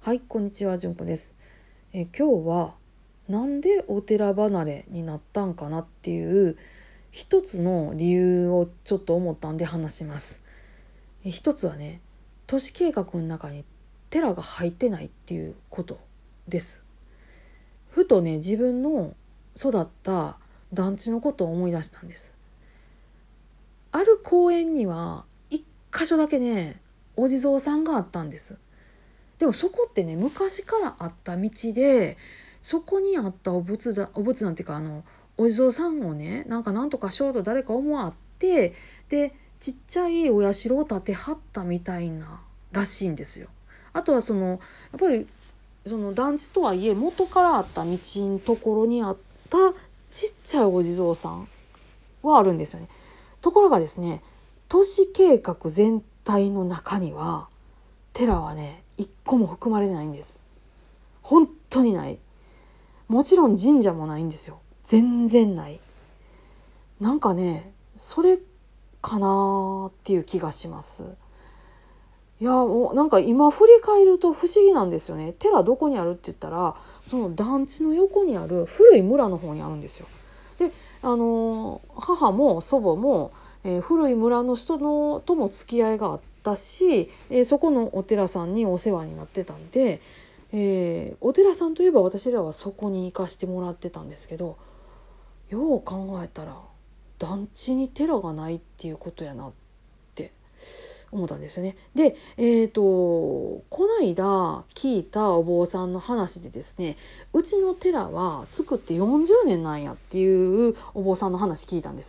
はい、こんにちは、じゅんこです。今日はなんでお寺離れになったんかなっていう一つの理由をちょっと思ったんで話します。一つはね、都市計画の中に寺が入ってないっていうことです。ふとね、自分の育った団地のことを思い出したんです。ある公園には一箇所だけね、お地蔵さんがあったんです。でもそこってね、昔からあった道で、そこにあったお仏壇っていうか、お地蔵さんをね、なんとかしようと誰か思わって、でちっちゃいお社を建てはったみたいならしいんですよ。あとはやっぱりその団地とはいえ元からあった道のところにあったちっちゃいお地蔵さんはあるんですよね。ところがですね、都市計画全体の中には寺はね、一個も含まれてないんです。本当にない。もちろん神社もないんですよ。全然ない。なんかね、それかなっていう気がします。いや、もうなんか今振り返ると不思議なんですよね。寺どこにあるって言ったら、その団地の横にある古い村の方にあるんですよ。で、母も祖母も、古い村の人のとも付き合いがあったし、そこのお寺さんにお世話になってたんで、お寺さんといえば私らはそこに行かしてもらってたんですけど、よう考えたら団地に寺がないっていうことやなって思ったんですよね。で、こないだ聞いたお坊さんの話でですね、うちの寺は作って40年なんやっていうお坊さんの話聞いたんです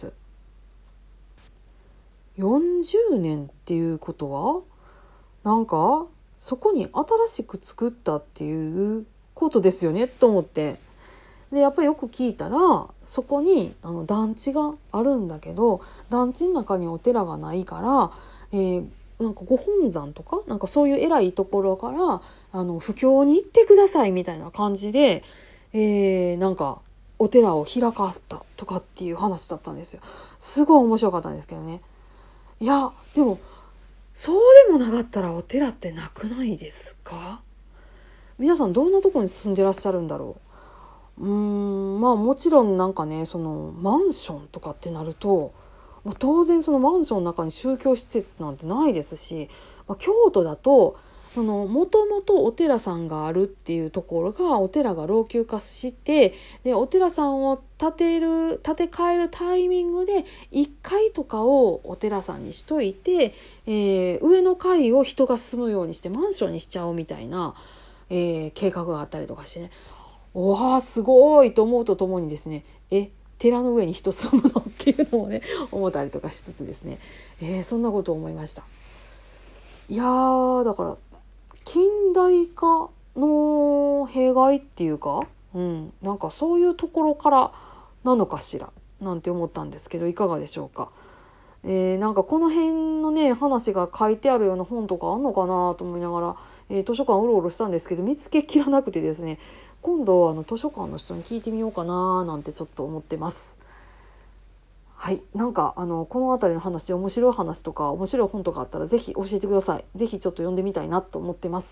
。40年っていうことはそこに新しく作ったっていうことですよねと思って、でやっぱりよく聞いたら、そこに団地があるんだけど、団地の中にお寺がないから、なんかご本山とかそういう偉いところから布教に行ってくださいみたいな感じで、なんかお寺を開かったとかっていう話だったんですよ。すごい面白かったんですけどね。いやでもそうでもなかったらお寺ってなくないですか？皆さんどんなところに住んでらっしゃるんだろう。まあもちろんそのマンションとかってなると、もう当然そのマンションの中に宗教施設なんてないですし、京都だともともとお寺さんがあるっていうところがお寺が老朽化して、でお寺さんを建て替えるタイミングで1階とかをお寺さんにしといて、上の階を人が住むようにしてマンションにしちゃおうみたいな、計画があったりとかしてね、わあすごいと思うとともにですね、寺の上に人住むのっていうのをね思ったりとかしつつですね、そんなことを思いました。いやーだから近代化の弊害っていうか、そういうところからなのかしらなんて思ったんですけど、いかがでしょうか。この辺のね話が書いてあるような本とかあんのかなと思いながら、図書館うろうろしたんですけど見つけきらなくてですね、今度図書館の人に聞いてみようかななんてちょっと思ってます。はい、この辺りの話、面白い話とか面白い本とかあったらぜひ教えてください。ぜひちょっと読んでみたいなと思ってます。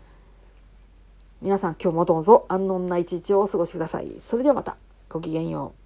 皆さん今日もどうぞ安穏な一日をお過ごしください。それではまた。ごきげんよう。